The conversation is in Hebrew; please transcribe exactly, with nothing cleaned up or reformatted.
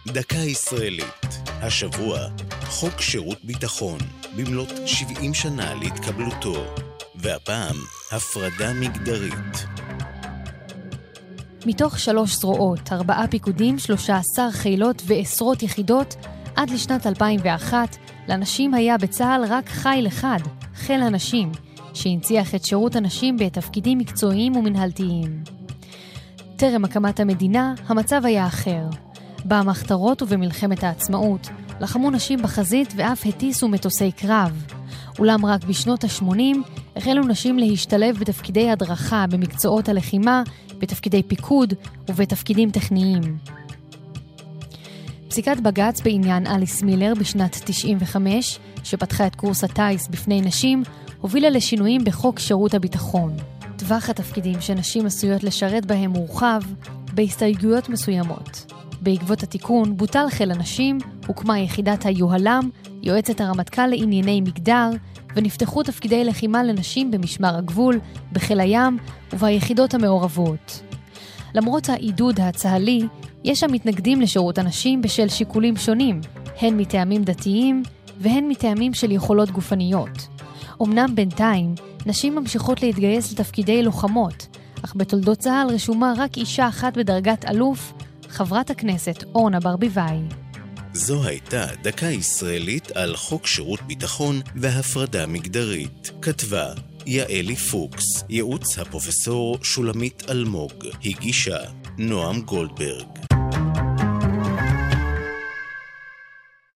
דקה ישראלית. השבוע, חוק שירות ביטחון, במלאת שבעים שנה להתקבלותו. והפעם, הפרדה מגדרית. מתוך שלוש זרועות, ארבעה פיקודים, שלושה עשר חילות ועשרות יחידות, עד לשנת אלפיים ואחת, לנשים היה בצה"ל רק חיל אחד, חיל הנשים, שהנציח את שירות הנשים בתפקידים מקצועיים ומנהלתיים. טרם הקמת המדינה, המצב היה אחר. במחתרות ובמלחמת העצמאות, לחמו נשים בחזית ואף הטיסו מטוסי קרב. אולם רק בשנות ה-שמונים החלו נשים להשתלב בתפקידי הדרכה במקצועות הלחימה, בתפקידי פיקוד ובתפקידים טכניים. פסיקת בג"ץ בעניין אליס מילר בשנת תשעים וחמש, שפתחה את קורס הטייס בפני נשים, הובילה לשינויים בחוק שירות הביטחון. טווח התפקידים שנשים עשויות לשרת בהם מורחב, בהסתייגויות מסוימות. בעקבות התיקון בוטל חיל הנשים, הוקמה יחידת היוהל"ם, יועצת הרמטכ"ל לענייני מגדר, ונפתחו תפקידי לחימה לנשים במשמר הגבול, בחיל הים וביחידות המעורבות. למרות העידוד הצה"לי, יש שם מתנגדים לשירות הנשים בשל שיקולים שונים, הן מטעמים דתיים והן מטעמים של יכולות גופניות. אמנם בינתיים, נשים ממשיכות להתגייס לתפקידי לוחמות, אך בתולדות צה"ל רשומה רק אישה אחת בדרגת אלוף, חברת הכנסת אורנה ברביבאי. זו הייתה דקה ישראלית על חוק שירות ביטחון והפרדה מגדרית. כתבה יעלי פוקס, ייעוץ הפרופסור שולמית אלמוג, הגישה נועם גולדברג.